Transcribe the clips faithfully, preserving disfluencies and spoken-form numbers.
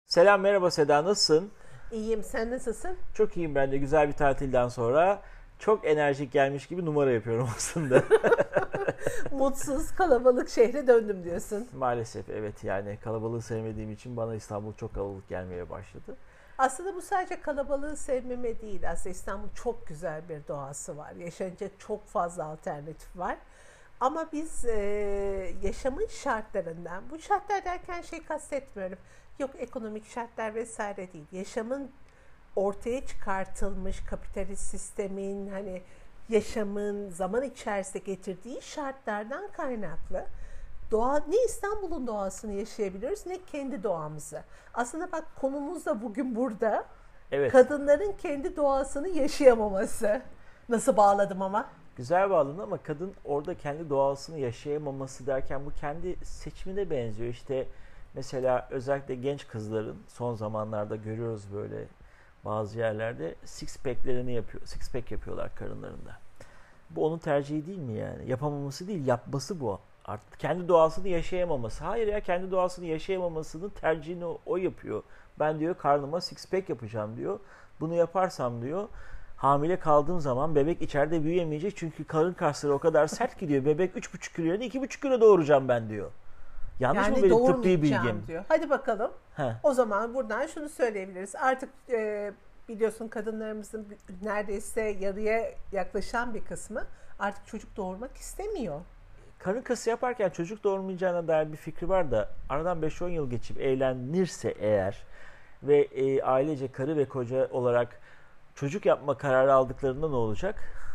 Selam, merhaba Seda, nasılsın? İyiyim, sen nasılsın? Çok iyiyim ben de. Güzel bir tatilden sonra çok enerjik gelmiş gibi numara yapıyorum aslında. Mutsuz, kalabalık şehre döndüm diyorsun. Maalesef evet, yani kalabalığı sevmediğim için bana İstanbul çok kalabalık gelmeye başladı. Aslında bu sadece kalabalığı sevmeme değil. Aslında İstanbul çok güzel bir doğası var. Yaşanacak çok fazla alternatif var. Ama biz e, yaşamın şartlarından, bu şartlar derken şey kastetmiyorum. Yok ekonomik şartlar vesaire değil. Yaşamın ortaya çıkartılmış kapitalist sistemin hani yaşamın zaman içerisinde getirdiği şartlardan kaynaklı doğa ne İstanbul'un doğasını yaşayabiliyoruz ne kendi doğamızı. Aslında bak konumuz da bugün burada. Evet, Kadınların kendi doğasını yaşayamaması. Nasıl bağladım ama? güzel bağladın ama kadın orada kendi doğasını yaşayamaması derken bu kendi seçimine benziyor. İşte mesela özellikle genç kızların son zamanlarda görüyoruz böyle bazı yerlerde six pack'lerini yapıyor, six pack yapıyorlar karınlarında. Bu onun tercihi değil mi yani? Yapamaması değil, yapması bu. Artık kendi doğasını yaşayamaması. Hayır ya, kendi doğasını yaşayamamasının tercihini o, o yapıyor. Ben diyor karnıma six pack yapacağım diyor. Bunu yaparsam diyor hamile kaldığım zaman bebek içeride büyüyemeyecek çünkü karın kasları o kadar sert ki diyor. Bebek üç buçuk kilo yerine iki buçuk kilo doğuracağım ben diyor. Yanlış mı Yani benim tıbbi bilgim? doğurmayacağım diyor. Hadi bakalım. Heh. O zaman buradan şunu söyleyebiliriz. Artık e, biliyorsun kadınlarımızın neredeyse yarıya yaklaşan bir kısmı artık çocuk doğurmak istemiyor. Karın kası yaparken çocuk doğurmayacağına dair bir fikri var da aradan beş on yıl geçip evlenirse eğer ve e, ailece karı ve koca olarak çocuk yapma kararı aldıklarında ne olacak?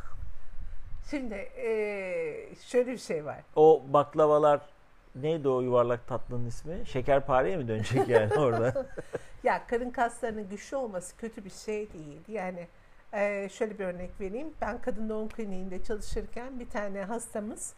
Şimdi e, şöyle bir şey var. O baklavalar neydi o yuvarlak tatlının ismi? Şekerpareye mi dönecek yani orada? Ya karın kaslarının güçlü olması kötü bir şey değil. Yani e, şöyle bir örnek vereyim. Ben kadın doğum kliniğinde çalışırken bir tane hastamız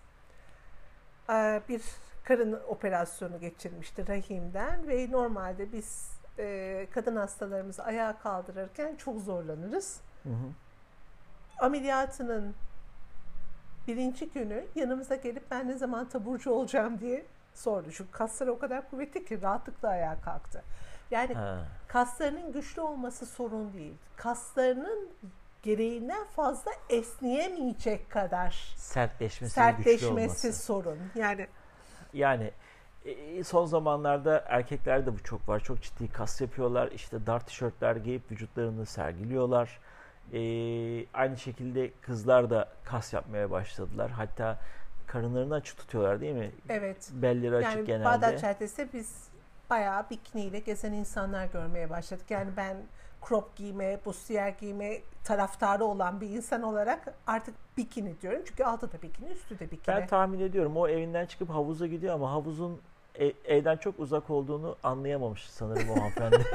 e, bir karın operasyonu geçirmişti rahimden ve normalde biz e, kadın hastalarımızı ayağa kaldırırken çok zorlanırız. Hı hı. Ameliyatının birinci günü yanımıza gelip ben ne zaman taburcu olacağım diye sordu. Çünkü kasları o kadar kuvvetli ki rahatlıkla ayağa kalktı. Yani Ha. kaslarının güçlü olması sorun değil. Kaslarının gereğinden fazla esneyemeyecek kadar Sertleşmesi, ve güçlü sertleşmesi olması. sorun. Yani Yani e, son zamanlarda erkeklerde bu çok var. Çok ciddi kas yapıyorlar. İşte dar tişörtler giyip vücutlarını sergiliyorlar. E, aynı şekilde kızlar da kas yapmaya başladılar. Hatta karınlarını açık tutuyorlar değil mi? evet. Belleri açık Yani genelde. Bağdat Caddesi'nde biz bayağı bikiniyle gezen insanlar görmeye başladık. Yani ben crop giyme, bustiyer giyme taraftarı olan bir insan olarak artık bikini diyorum. Çünkü altı da bikini, üstü de bikini. Ben tahmin ediyorum o evinden çıkıp havuza gidiyor ama havuzun e- evden çok uzak olduğunu anlayamamış sanırım o hanımefendi.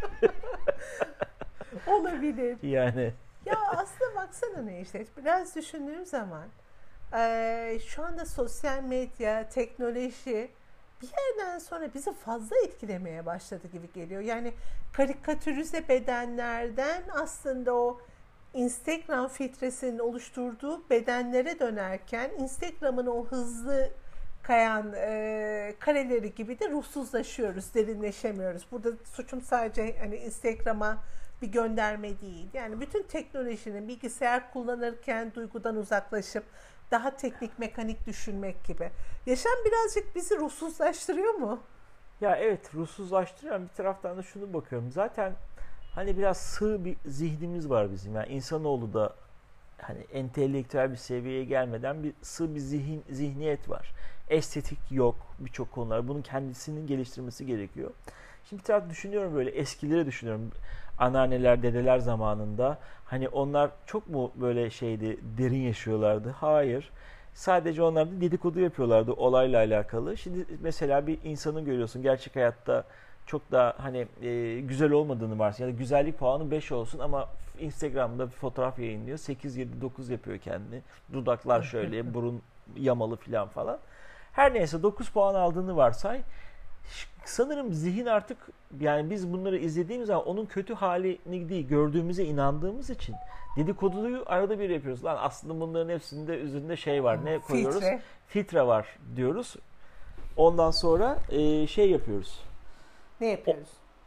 Olabilir. Yani Ya aslında baksana ne işte. Biraz düşündüğüm zaman eee, şu anda sosyal medya, teknoloji bir yerden sonra bizi fazla etkilemeye başladı gibi geliyor. Yani karikatürize bedenlerden aslında o Instagram filtresinin oluşturduğu bedenlere dönerken Instagram'ın o hızlı kayan e, kareleri gibi de ruhsuzlaşıyoruz, derinleşemiyoruz. Burada suçum sadece hani Instagram'a bir gönderme değil. Yani bütün teknolojinin bilgisayar kullanırken duygudan uzaklaşıp daha teknik, mekanik düşünmek gibi. Yaşam birazcık bizi ruhsuzlaştırıyor mu? ya evet, ruhsuzlaştırıyor. Bir taraftan da şunu bakıyorum. Zaten hani biraz sığ bir zihnimiz var bizim. Yani insanoğlu da hani entelektüel bir seviyeye gelmeden bir sığ bir zihin zihniyet var. Estetik yok birçok konular. Bunun kendisinin geliştirmesi gerekiyor. Şimdi bir taraftan düşünüyorum, böyle eskileri düşünüyorum. Anneanneler, dedeler zamanında hani onlar çok mu böyle şeydi, derin yaşıyorlardı? Hayır. Sadece onlar da dedikodu yapıyorlardı olayla alakalı. Şimdi mesela bir insanı görüyorsun gerçek hayatta çok da hani e, güzel olmadığını varsın ya da güzellik puanı beş olsun ama Instagram'da bir fotoğraf yayınlıyor. sekiz yedi dokuz yapıyor kendini. Dudaklar şöyle, burun yamalı filan falan. Her neyse dokuz puan aldığını varsay. Sanırım zihin artık, yani biz bunları izlediğimiz zaman onun kötü halini değil gördüğümüze inandığımız için dedikoduyu arada bir yapıyoruz. Lan aslında bunların hepsinde üzerinde şey var, ne koyuyoruz? Filtre. Filtre var diyoruz. Ondan sonra e, şey yapıyoruz. Ne O, yapıyoruz?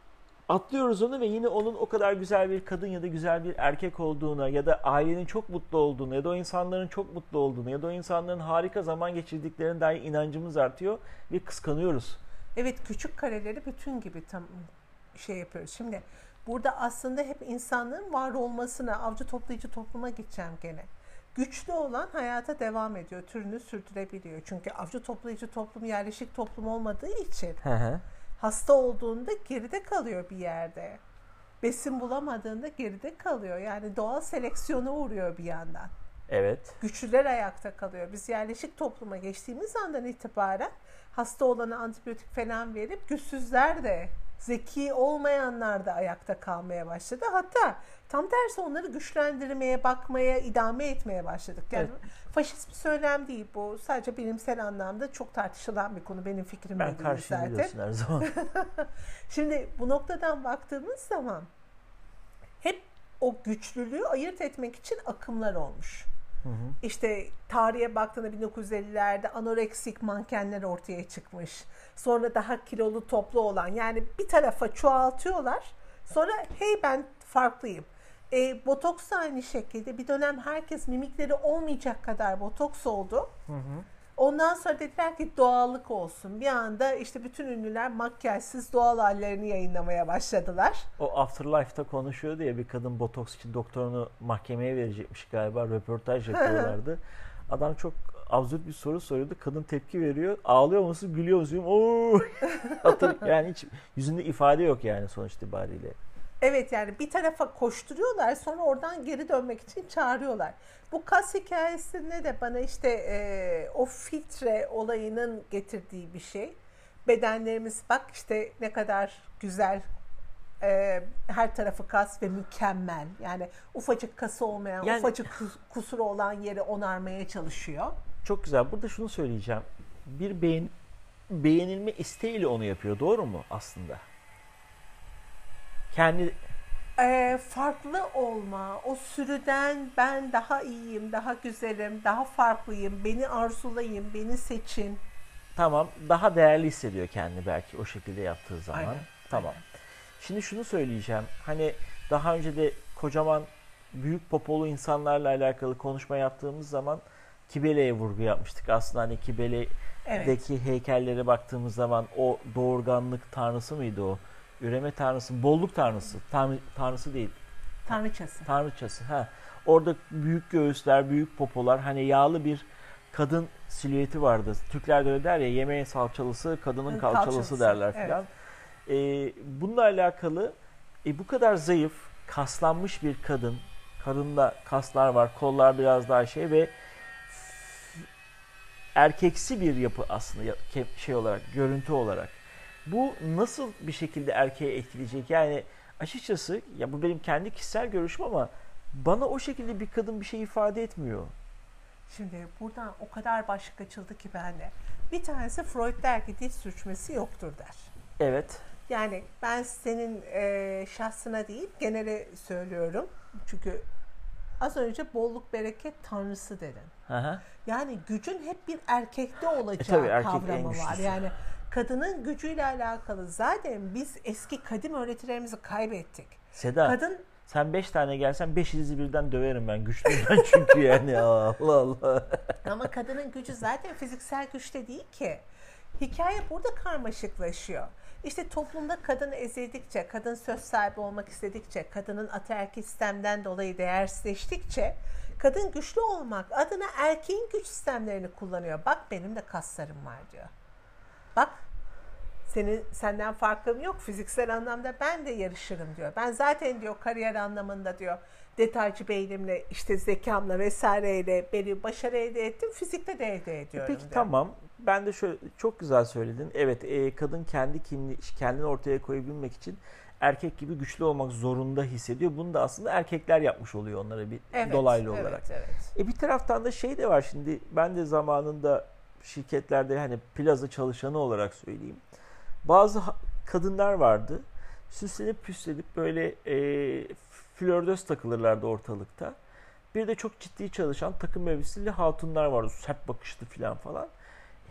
atlıyoruz onu ve yine onun o kadar güzel bir kadın ya da güzel bir erkek olduğuna ya da ailenin çok mutlu olduğuna ya da o insanların çok mutlu olduğuna ya da o insanların harika zaman geçirdiklerine dair inancımız artıyor ve kıskanıyoruz. Evet, küçük kareleri bütün gibi tam şey yapıyoruz. Şimdi burada aslında hep insanlığın var olmasına, avcı toplayıcı topluma gideceğim gene. Güçlü olan hayata devam ediyor, türünü sürdürebiliyor. Çünkü avcı toplayıcı toplum yerleşik toplum olmadığı için Hı hı. hasta olduğunda geride kalıyor bir yerde. Besin bulamadığında geride kalıyor. Yani doğal seleksiyona uğruyor bir yandan. Evet. Güçlüler ayakta kalıyor. Biz yerleşik topluma geçtiğimiz andan itibaren hasta olana antibiyotik falan verip güçsüzler de, zeki olmayanlar da ayakta kalmaya başladı. Hatta tam tersi onları güçlendirmeye, bakmaya, idame etmeye başladık. Yani Evet. faşist bir söylem değil bu. Sadece bilimsel anlamda çok tartışılan bir konu. Benim fikrim de Ben değil karşıyım zaten. biliyorsun her zaman. Şimdi bu noktadan baktığımız zaman hep o güçlülüğü ayırt etmek için akımlar olmuş. Hı hı. İşte tarihe baktığında bin dokuz yüz ellilerde anoreksik mankenler ortaya çıkmış. Sonra daha kilolu toplu olan, yani bir tarafa çoğaltıyorlar. Sonra hey ben farklıyım. E, botoks da aynı şekilde. Bir dönem herkes mimikleri olmayacak kadar botoks oldu. Hı hı. Ondan sonra dediler ki doğallık olsun. Bir anda işte bütün ünlüler makyajsız doğal hallerini yayınlamaya başladılar. O Afterlife'da konuşuyordu ya, bir kadın botoks için doktorunu mahkemeye verecekmiş galiba, röportaj yapıyorlardı. Adam çok absürt bir soru soruyordu. Kadın tepki veriyor. Ağlıyor musun, gülüyor musun? Oo! Hatır, yani hiç yüzünde ifade yok yani sonuç itibariyle. Evet, yani bir tarafa koşturuyorlar, sonra oradan geri dönmek için çağırıyorlar. Bu kas hikayesinde de bana işte e, o filtre olayının getirdiği bir şey. Bedenlerimiz bak işte ne kadar güzel, e, her tarafı kas ve mükemmel. Yani ufacık kası olmayan, Yani- ufacık kus- kusuru olan yeri onarmaya çalışıyor. Çok güzel. Burada şunu söyleyeceğim. Bir beğen, beğenilme isteğiyle onu yapıyor. Doğru mu aslında? Kendi Ee, farklı olma, o sürüden ben daha iyiyim, daha güzelim, daha farklıyım, beni arzulayın, beni seçin. tamam, daha değerli hissediyor kendini belki o şekilde yaptığı zaman. Aynen, Tamam. aynen. Şimdi şunu söyleyeceğim. Hani daha önce de kocaman büyük popolu insanlarla alakalı konuşma yaptığımız zaman Kibele'ye vurgu yapmıştık. Aslında hani Kibele'deki Evet, heykellere baktığımız zaman o doğurganlık tanrısı mıydı o? Üreme tanrısı, bolluk tanrısı. Tanrı, tanrısı değil. tanrıçası. Tanrıçası. Ha. Orada büyük göğüsler, büyük popolar, hani yağlı bir kadın silüeti vardı. Türkler de öyle der ya, yemeğin salçalısı, kadının kalçalısı, Kalçalısı, derler evet. filan. Ee, bununla alakalı e, bu kadar zayıf, kaslanmış bir kadın, karında kaslar var, kollar biraz daha şey ve erkeksi bir yapı aslında ya- ke- şey olarak, görüntü olarak. Bu nasıl bir şekilde erkeğe etkileyecek? Yani açıkçası ya bu benim kendi kişisel görüşüm ama bana o şekilde bir kadın bir şey ifade etmiyor. Şimdi buradan o kadar başlık açıldı ki bende. Bir tanesi Freud der ki diş sürçmesi yoktur der. Evet. Yani ben senin e, şahsına değil genele söylüyorum. Çünkü az önce bolluk bereket tanrısı dedin. Hı hı. Yani gücün hep bir erkekte olacağı E tabii, erkek en kavramı var. güçlüsü. Yani kadının gücüyle alakalı zaten biz eski kadim öğretilerimizi kaybettik. Seda, Kadın sen beş tane gelsen beşinizi birden döverim ben. Güçlüyüm ben çünkü yani. Allah Allah. ama kadının gücü zaten fiziksel güçte değil ki. Hikaye burada karmaşıklaşıyor. İşte toplumda kadın ezildikçe, kadın söz sahibi olmak istedikçe, kadının ataerkil sistemden dolayı değersizleştikçe kadın güçlü olmak adına erkeğin güç sistemlerini kullanıyor. Bak benim de kaslarım var diyor. Bak senin senden farkım yok fiziksel anlamda, ben de yarışırım diyor. Ben zaten diyor kariyer anlamında diyor detaycı beynimle işte zekamla vesaireyle beni başarı elde ettim, fizikte de elde ediyorum Peki diyor. tamam. Ben de şöyle çok güzel söyledin. Evet, e, kadın kendi kimliği, kendini ortaya koyabilmek için erkek gibi güçlü olmak zorunda hissediyor. Bunu da aslında erkekler yapmış oluyor onlara bir Evet, dolaylı evet, olarak. evet. E bir taraftan da şey de var şimdi, ben de zamanında şirketlerde hani plaza çalışanı olarak söyleyeyim. Bazı ha- kadınlar vardı. Süslenip püslenip böyle e, flördöz takılırlardı ortalıkta. Bir de çok ciddi çalışan takım elbiseli hatunlar vardı. Sert bakışlı falan falan.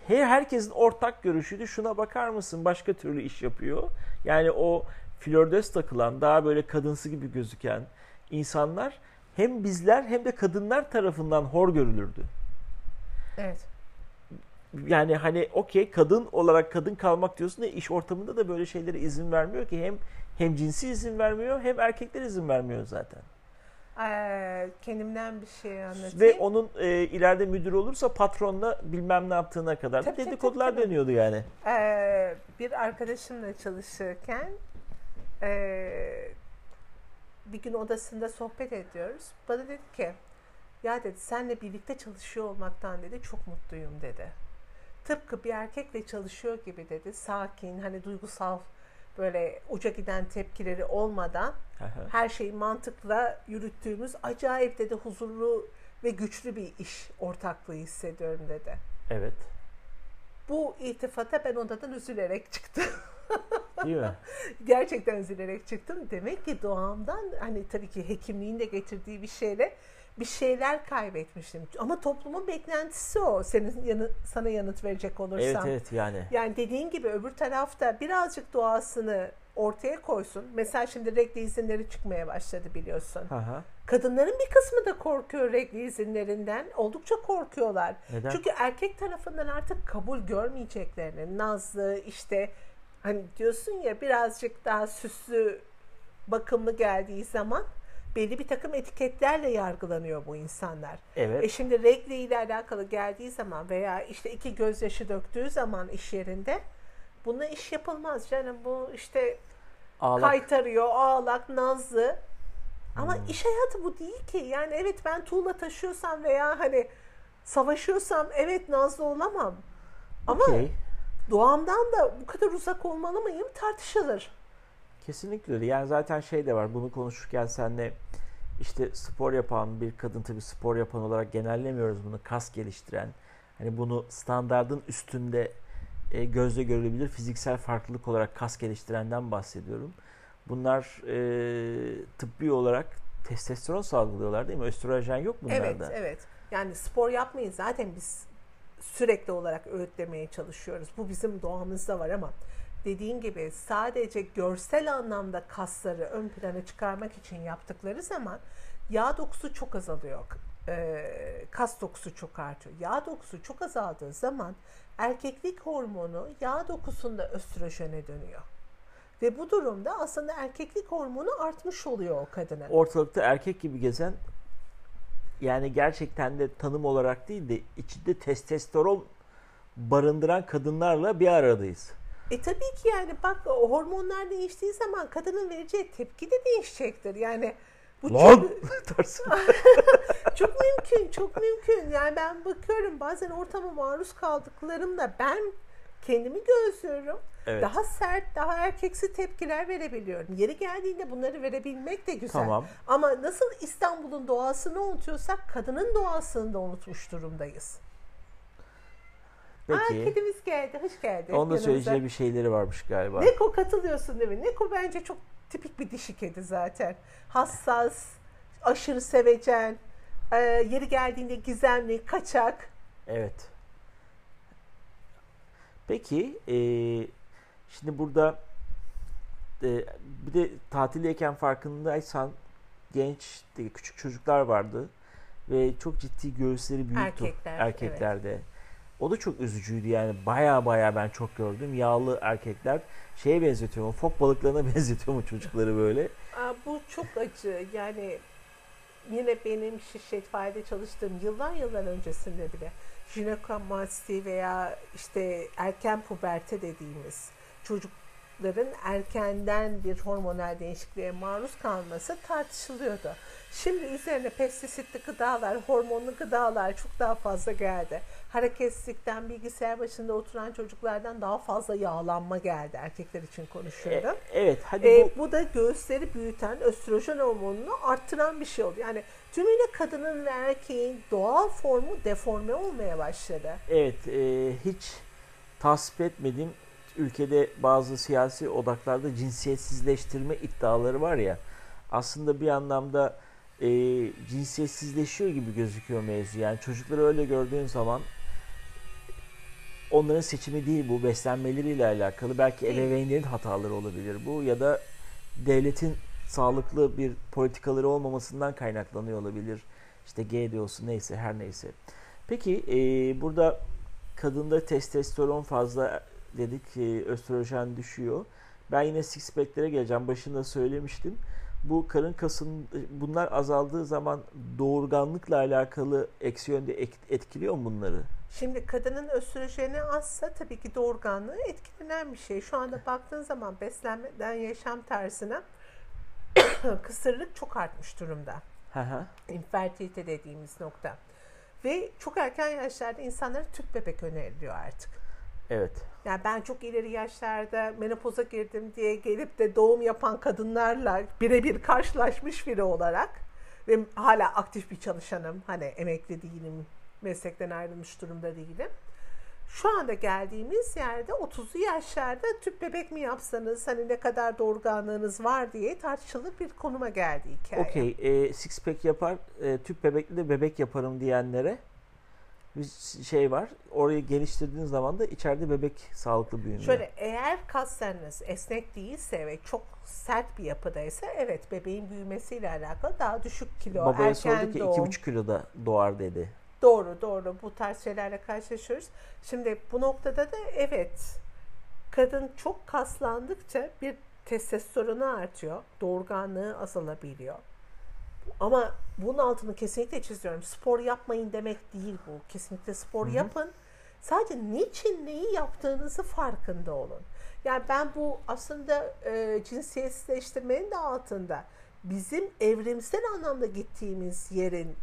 her herkesin ortak görüşüydü. Şuna bakar mısın? Başka türlü iş yapıyor. Yani o flörtöz takılan, daha böyle kadınsı gibi gözüken insanlar hem bizler hem de kadınlar tarafından hor görülürdü. Evet. Yani hani okey, kadın olarak kadın kalmak diyorsun da iş ortamında da böyle şeylere izin vermiyor ki. Hem hem cinsi izin vermiyor hem erkekler izin vermiyor zaten. Ee, kendimden bir şey anlatayım. Ve onun e, ileride müdür olursa patronla bilmem ne yaptığına kadar Tabii, dedikodular tabii, tabii. dönüyordu yani. Ee, bir arkadaşımla çalışırken e, bir gün odasında sohbet ediyoruz. Bana dedi ki, ya dedi, senle birlikte çalışıyor olmaktan dedi çok mutluyum dedi. Tıpkı bir erkekle çalışıyor gibi dedi. Sakin, hani duygusal, böyle uca giden tepkileri olmadan her şeyi mantıkla yürüttüğümüz acayip dedi huzurlu ve güçlü bir iş ortaklığı hissediyorum dedi. Evet. Bu iltifata ben odadan üzülerek çıktım. Değil mi? Gerçekten üzülerek çıktım. Demek ki doğamdan, hani tabii ki hekimliğin de getirdiği bir şeyle bir şeyler kaybetmiştim. Ama toplumun beklentisi o. Senin yanı, sana yanıt verecek olursam. Evet evet yani. Yani dediğin gibi öbür tarafta birazcık doğasını ortaya koysun. Mesela şimdi regl izinleri çıkmaya başladı biliyorsun. Aha. Kadınların bir kısmı da korkuyor regl izinlerinden. Oldukça korkuyorlar. Neden? Çünkü erkek tarafından artık kabul görmeyeceklerini, nazlı işte hani diyorsun ya birazcık daha süslü, bakımlı geldiği zaman belli bir takım etiketlerle yargılanıyor bu insanlar. Evet. E şimdi regle ile alakalı geldiği zaman veya işte iki gözyaşı döktüğü zaman iş yerinde bununla iş yapılmaz canım. Bu işte Ağlak. kaytarıyor, ağlak, nazlı. Ama Hmm. iş hayatı bu değil ki. Yani evet ben tuğla taşıyorsam veya hani savaşıyorsam evet nazlı olamam. Ama Okay. doğamdan da bu kadar uzak olmalı mıyım tartışılır. Kesinlikle öyle. Yani zaten şey de var. Bunu konuşurken senle işte spor yapan bir kadın, tabii spor yapan olarak genellemiyoruz bunu. Kas geliştiren, hani bunu standardın üstünde e, gözle görülebilir fiziksel farklılık olarak kas geliştirenden bahsediyorum. Bunlar e, tıbbi olarak testosteron salgılıyorlar değil mi? Östrojen yok bunlarda. Evet, evet. Yani spor yapmayı zaten biz sürekli olarak öğütlemeye çalışıyoruz. Bu bizim doğamızda var ama dediğin gibi sadece görsel anlamda kasları ön plana çıkarmak için yaptıkları zaman yağ dokusu çok azalıyor. Ee, kas dokusu çok artıyor. Yağ dokusu çok azaldığı zaman erkeklik hormonu yağ dokusunda östrojene dönüyor. Ve bu durumda aslında erkeklik hormonu artmış oluyor o kadının. Ortalıkta erkek gibi gezen, yani gerçekten de tanım olarak değil de içinde testosteron barındıran kadınlarla bir aradayız. E tabii ki yani bak o hormonlar değiştiği zaman kadının vereceği tepki de değişecektir. Yani bu Lan! çok, çok mümkün, çok mümkün. Yani ben bakıyorum bazen ortama maruz kaldıklarımda ben kendimi gözlüyorum. Evet. Daha sert, daha erkeksi tepkiler verebiliyorum. Yeri geldiğinde bunları verebilmek de güzel. Tamam. Ama nasıl İstanbul'un doğasını unutuyorsak kadının doğasını da unutmuş durumdayız. Peki. Aa, kedimiz geldi, hoş geldin. Onun da yanımıza. söyleyeceği bir şeyleri varmış galiba. Neko katılıyorsun değil mi? Neko bence çok tipik bir dişi kedi zaten. Hassas, aşırı sevecen, e, yeri geldiğinde gizemli, kaçak. Evet. Peki, e, şimdi burada e, bir de tatildeyken farkındaysan genç, küçük çocuklar vardı ve çok ciddi göğüsleri büyüktü Erkekler, erkeklerde. Evet. O da çok üzücüydü yani, baya baya ben çok gördüm. Yağlı erkekler şeye benzetiyor mu? Fok balıklarına benzetiyor mu çocukları böyle? Aa, bu çok acı. Yani yine benim şişe itfaiyede çalıştığım yıllar yıllar öncesinde bile jinekomasti veya işte erken puberte dediğimiz çocukların erkenden bir hormonal değişikliğe maruz kalması tartışılıyordu. Şimdi üzerine pestisitli gıdalar, hormonlu gıdalar çok daha fazla geldi. Hareketsizlikten, bilgisayar başında oturan çocuklardan daha fazla yağlanma geldi. Erkekler için konuşuyorum. E, evet. Hadi e, bu... bu da göğüsleri büyüten, östrojen hormonunu arttıran bir şey oldu. Yani tümüyle kadının ve erkeğin doğal formu deforme olmaya başladı. Evet. E, hiç tasvip etmediğim, ülkede bazı siyasi odaklarda cinsiyetsizleştirme iddiaları var ya. Aslında bir anlamda e, cinsiyetsizleşiyor gibi gözüküyor mevzu. Yani çocukları öyle gördüğün zaman onların seçimi değil bu, beslenmeleriyle alakalı. Belki Değil. ebeveynlerin hataları olabilir bu ya da devletin sağlıklı bir politikaları olmamasından kaynaklanıyor olabilir. İşte G D O'su neyse, her neyse. Peki e, burada kadında testosteron fazla dedik, e, östrojen düşüyor. Ben yine six pack'lere geleceğim. Başında söylemiştim. Bu karın kasının, bunlar azaldığı zaman doğurganlıkla alakalı eksi yönde etkiliyor mu bunları? Şimdi kadının östrojeni azsa tabii ki doğurganlığı etkilenen bir şey. Şu anda baktığın zaman beslenmeden yaşam tarzına kısırlık çok artmış durumda. İnfertilite dediğimiz nokta. Ve çok erken yaşlarda insanlara tüp bebek öneriliyor artık. Evet. Yani ben çok ileri yaşlarda menopoza girdim diye gelip de doğum yapan kadınlarla birebir karşılaşmış biri olarak ve hala aktif bir çalışanım. Hani emekli değilim, meslekten ayrılmış durumda değilim. Şu anda geldiğimiz yerde otuzlu yaşlarda tüp bebek mi yapsanız, hani ne kadar doğurganlığınız var diye tartışılır bir konuma geldi hikaye. Okey. E, six pack yapar, e, tüp bebekli de bebek yaparım diyenlere bir şey var. Orayı geliştirdiğiniz zaman da içeride bebek sağlıklı büyümüyor. Şöyle, eğer kaslarınız esnek değilse ve çok sert bir yapıdaysa evet, bebeğin büyümesiyle alakalı daha düşük kilo, Babaya erken sorduk ki doğum. iki buçuk kiloda doğar dedi. Doğru doğru, bu tarz şeylerle karşılaşıyoruz. Şimdi bu noktada da evet, kadın çok kaslandıkça bir testosteronu artıyor, doğurganlığı azalabiliyor. Ama bunun altını kesinlikle çiziyorum. Spor yapmayın demek değil bu. Kesinlikle spor Hı hı. yapın. Sadece niçin neyi yaptığınızı farkında olun. Yani ben bu aslında e, cinsiyetsizleştirmenin de altında bizim evrimsel anlamda gittiğimiz yerin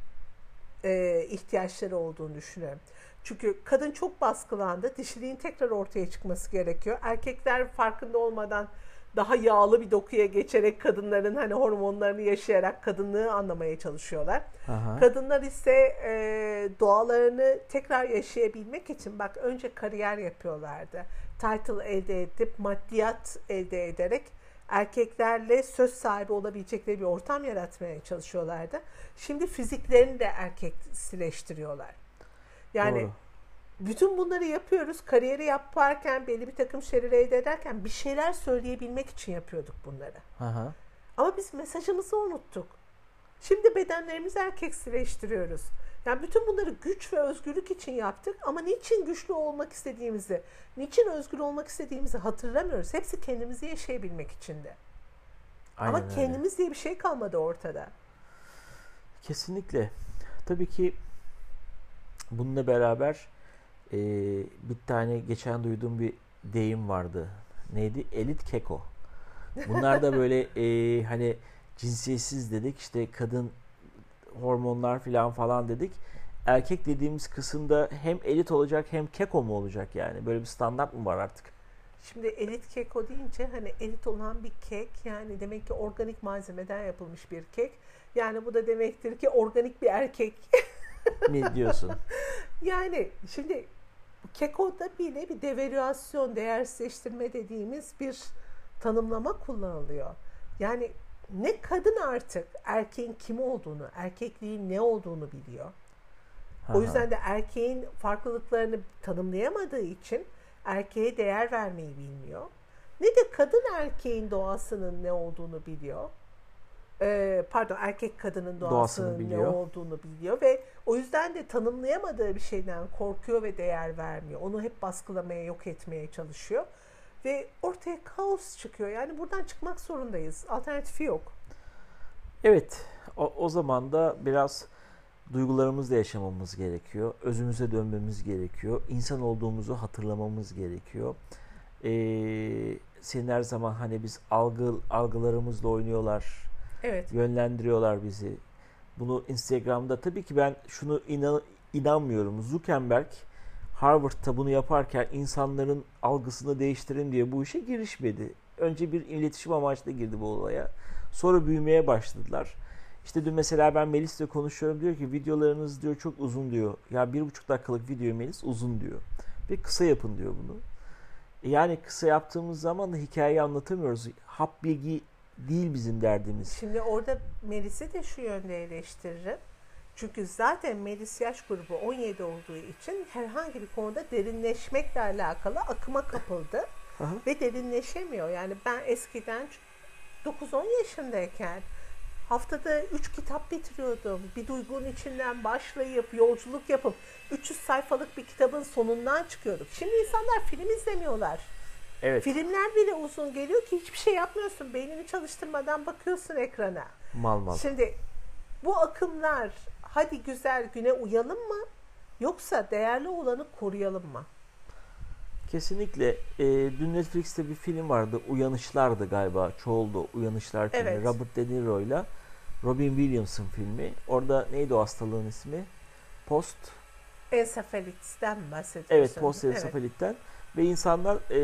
e, ihtiyaçları olduğunu düşünüyorum. Çünkü kadın çok baskılandı. Dişiliğin tekrar ortaya çıkması gerekiyor. Erkekler farkında olmadan daha yağlı bir dokuya geçerek kadınların hani hormonlarını yaşayarak kadınlığı anlamaya çalışıyorlar. Aha. Kadınlar ise e, doğalarını tekrar yaşayabilmek için bak önce kariyer yapıyorlardı. Title elde edip maddiyat elde ederek erkeklerle söz sahibi olabilecekleri bir ortam yaratmaya çalışıyorlardı. Şimdi fiziklerini de erkeksileştiriyorlar. Yani Doğru. bütün bunları yapıyoruz. Kariyeri yaparken, belli bir takım şeyleri elde ederken bir şeyler söyleyebilmek için yapıyorduk bunları. Aha. Ama biz mesajımızı unuttuk. Şimdi bedenlerimizi erkeksileştiriyoruz. Yani bütün bunları güç ve özgürlük için yaptık ama niçin güçlü olmak istediğimizi, niçin özgür olmak istediğimizi hatırlamıyoruz. Hepsi kendimizi yaşayabilmek içindi. Aynen Ama öyle. kendimiz diye bir şey kalmadı ortada. Kesinlikle. Tabii ki bununla beraber e, bir tane geçen duyduğum bir deyim vardı. Neydi? Elit keko. Bunlar da böyle e, hani cinsiyetsiz dedik, işte kadın hormonlar falan falan dedik. Erkek dediğimiz kısımda hem elit olacak hem keko mu olacak yani? Böyle bir standart mı var artık? Şimdi elit keko deyince hani elit olan bir kek, yani demek ki organik malzemeden yapılmış bir kek. Yani bu da demektir ki organik bir erkek. Ne diyorsun? Yani şimdi kekoda bile bir devalüasyon, değersizleştirme dediğimiz bir tanımlama kullanılıyor. Yani ne kadın artık erkeğin kim olduğunu, erkekliğin ne olduğunu biliyor. O yüzden de erkeğin farklılıklarını tanımlayamadığı için erkeğe değer vermeyi bilmiyor. Ne de kadın erkeğin doğasının ne olduğunu biliyor. Ee, pardon, erkek kadının doğasının, Doğasını biliyor. ne olduğunu biliyor ve o yüzden de tanımlayamadığı bir şeyden korkuyor ve değer vermiyor. Onu hep baskılamaya, yok etmeye çalışıyor. Ve ortaya kaos çıkıyor. Yani buradan çıkmak zorundayız. Alternatifi yok. Evet. O, o zaman da biraz duygularımızla yaşamamız gerekiyor. Özümüze dönmemiz gerekiyor. İnsan olduğumuzu hatırlamamız gerekiyor. Ee, senin her zaman hani biz algı algılarımızla oynuyorlar. Evet. Yönlendiriyorlar bizi. Bunu Instagram'da tabii ki ben şunu inan, inanmıyorum. Zuckerberg Harvard'ta bunu yaparken insanların algısını değiştirin diye bu işe girişmedi. Önce bir iletişim amaçlı girdi bu olaya. Sonra büyümeye başladılar. İşte dün mesela ben Melis'le konuşuyorum, diyor ki videolarınız diyor çok uzun diyor. Ya bir buçuk dakikalık video Melis uzun diyor. Bir kısa yapın diyor bunu. Yani kısa yaptığımız zaman da hikayeyi anlatamıyoruz. Hap bilgi değil bizim derdimiz. Şimdi orada Melis'i de şu yönde eleştiririm. Çünkü zaten Melis yaş grubu on yedi olduğu için herhangi bir konuda derinleşmekle alakalı akıma kapıldı. Aha. Ve derinleşemiyor. Yani ben eskiden dokuz on yaşındayken haftada üç kitap bitiriyordum. Bir duygunun içinden başlayıp yolculuk yapıp üç yüz sayfalık bir kitabın sonundan çıkıyorduk. Şimdi insanlar film izlemiyorlar. Evet. Filmler bile uzun geliyor ki hiçbir şey yapmıyorsun. Beynini çalıştırmadan bakıyorsun ekrana. Mal mal. Şimdi bu akımlar hadi güzel güne uyalım mı? Yoksa değerli olanı koruyalım mı? Kesinlikle. E, dün Netflix'te bir film vardı. Uyanışlardı galiba. Çoğuldu. Uyanışlar filmi. Evet. Robert De Niro'yla Robin Williams'ın filmi. Orada neydi o hastalığın ismi? Post. Ensefalitten bahsediyorsun. Evet, post ensefalitten. Evet. Ve insanlar e,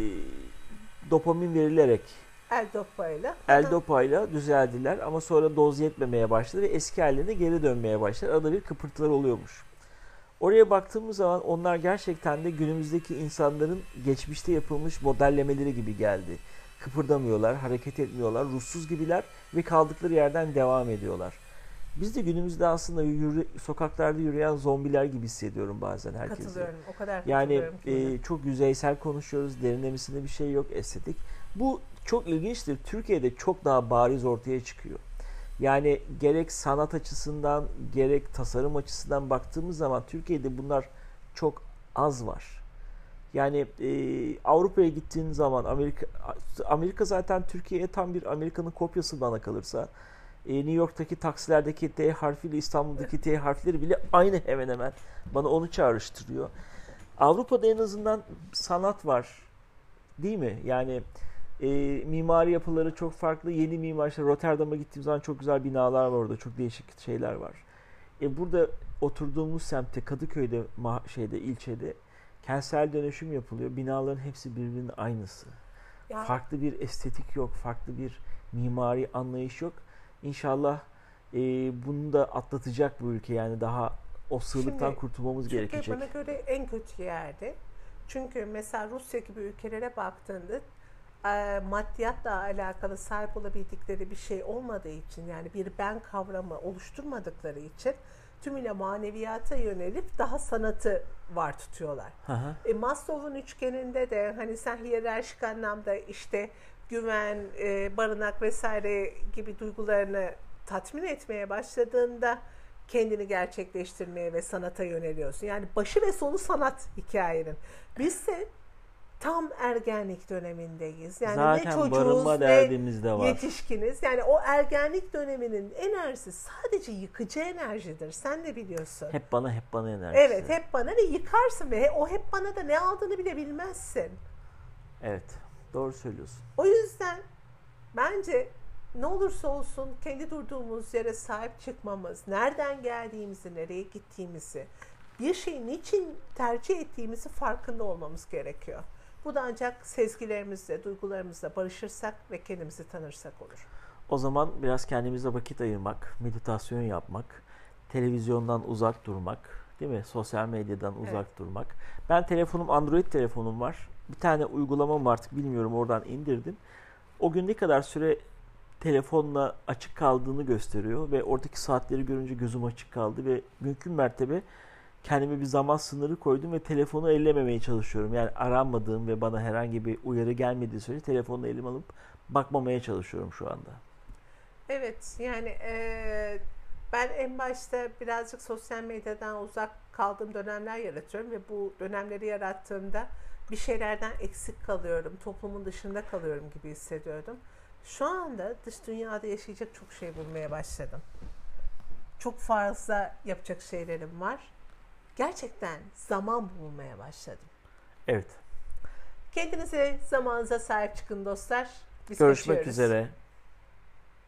dopamin verilerek L-Dopa'yla L-Dopa'yla düzeldiler ama sonra doz yetmemeye başladı ve eski haline geri dönmeye başladı. Arada bir kıpırtılar oluyormuş. Oraya baktığımız zaman onlar gerçekten de günümüzdeki insanların geçmişte yapılmış modellemeleri gibi geldi. Kıpırdamıyorlar, hareket etmiyorlar, ruhsuz gibiler ve kaldıkları yerden devam ediyorlar. Biz de günümüzde aslında yürü, sokaklarda yürüyen zombiler gibi hissediyorum bazen herkese. Katılıyorum, o kadar yani katılıyorum. e, çok yüzeysel konuşuyoruz, derinlemesinde bir şey yok, estetik. Bu çok ilginçtir. Türkiye'de çok daha bariz ortaya çıkıyor. Yani gerek sanat açısından gerek tasarım açısından baktığımız zaman Türkiye'de bunlar çok az var. Yani e, Avrupa'ya gittiğin zaman Amerika Amerika zaten Türkiye'ye tam bir Amerika'nın kopyası bana kalırsa. E, New York'taki taksilerdeki T harfiyle İstanbul'daki T harfleri bile aynı hemen hemen. Bana onu çağrıştırıyor. Avrupa'da en azından sanat var. Değil mi? Yani E, mimari yapıları çok farklı. Yeni mimar, işte Rotterdam'a gittiğim zaman çok güzel binalar var orada. Çok değişik şeyler var. E, burada oturduğumuz semtte, Kadıköy'de, şeyde, ilçede kentsel dönüşüm yapılıyor. Binaların hepsi birbirinin aynısı. Ya. Farklı bir estetik yok. Farklı bir mimari anlayış yok. İnşallah e, bunu da atlatacak bu ülke. Yani daha o sığlıktan Şimdi, kurtulmamız Türkiye gerekecek. Türkiye bana göre en kötü yerde. Çünkü mesela Rusya gibi ülkelere baktığında maddiyatla alakalı sahip olabildikleri bir şey olmadığı için, yani bir ben kavramı oluşturmadıkları için tümüyle maneviyata yönelip daha sanatı var tutuyorlar. E, Maslow'un üçgeninde de hani sen hiyerarşik anlamda işte güven, e, barınak vesaire gibi duygularını tatmin etmeye başladığında kendini gerçekleştirmeye ve sanata yöneliyorsun. Yani başı ve sonu sanat hikayenin. Bizse tam ergenlik dönemindeyiz. Yani zaten ne çocuğuz ne de var. yetişkiniz. Yani o ergenlik döneminin enerjisi sadece yıkıcı enerjidir. Sen de biliyorsun. Hep bana hep bana enerjisi. Evet, hep bana ve yıkarsın ve o hep bana da ne aldığını bile bilmezsin. Evet. Doğru söylüyorsun. O yüzden bence ne olursa olsun kendi durduğumuz yere sahip çıkmamız, nereden geldiğimizi, nereye gittiğimizi, bir şeyin niçin tercih ettiğimizi farkında olmamız gerekiyor. Bu da ancak sezgilerimizle, duygularımızla barışırsak ve kendimizi tanırsak olur. O zaman biraz kendimize vakit ayırmak, meditasyon yapmak, televizyondan uzak durmak, değil mi? Sosyal medyadan uzak evet. durmak. Ben telefonum, Android telefonum var. Bir tane uygulamam var, artık bilmiyorum, oradan indirdim. O gün ne kadar süre telefonla açık kaldığını gösteriyor ve oradaki saatleri görünce gözüm açık kaldı ve mümkün mertebe kendime bir zaman sınırı koydum ve telefonu ellememeye çalışıyorum. Yani aranmadığım ve bana herhangi bir uyarı gelmediği sürece telefonu elime alıp bakmamaya çalışıyorum şu anda. Evet, yani e, ben en başta birazcık sosyal medyadan uzak kaldığım dönemler yaratıyorum ve bu dönemleri yarattığımda bir şeylerden eksik kalıyorum, toplumun dışında kalıyorum gibi hissediyordum. Şu anda dış dünyada yaşayacak çok şey bulmaya başladım. Çok fazla yapacak şeylerim var. Gerçekten zaman bulmaya başladım. Evet. Kendinize, zamanınıza sahip çıkın dostlar. Biz Görüşmek kaçıyoruz. üzere.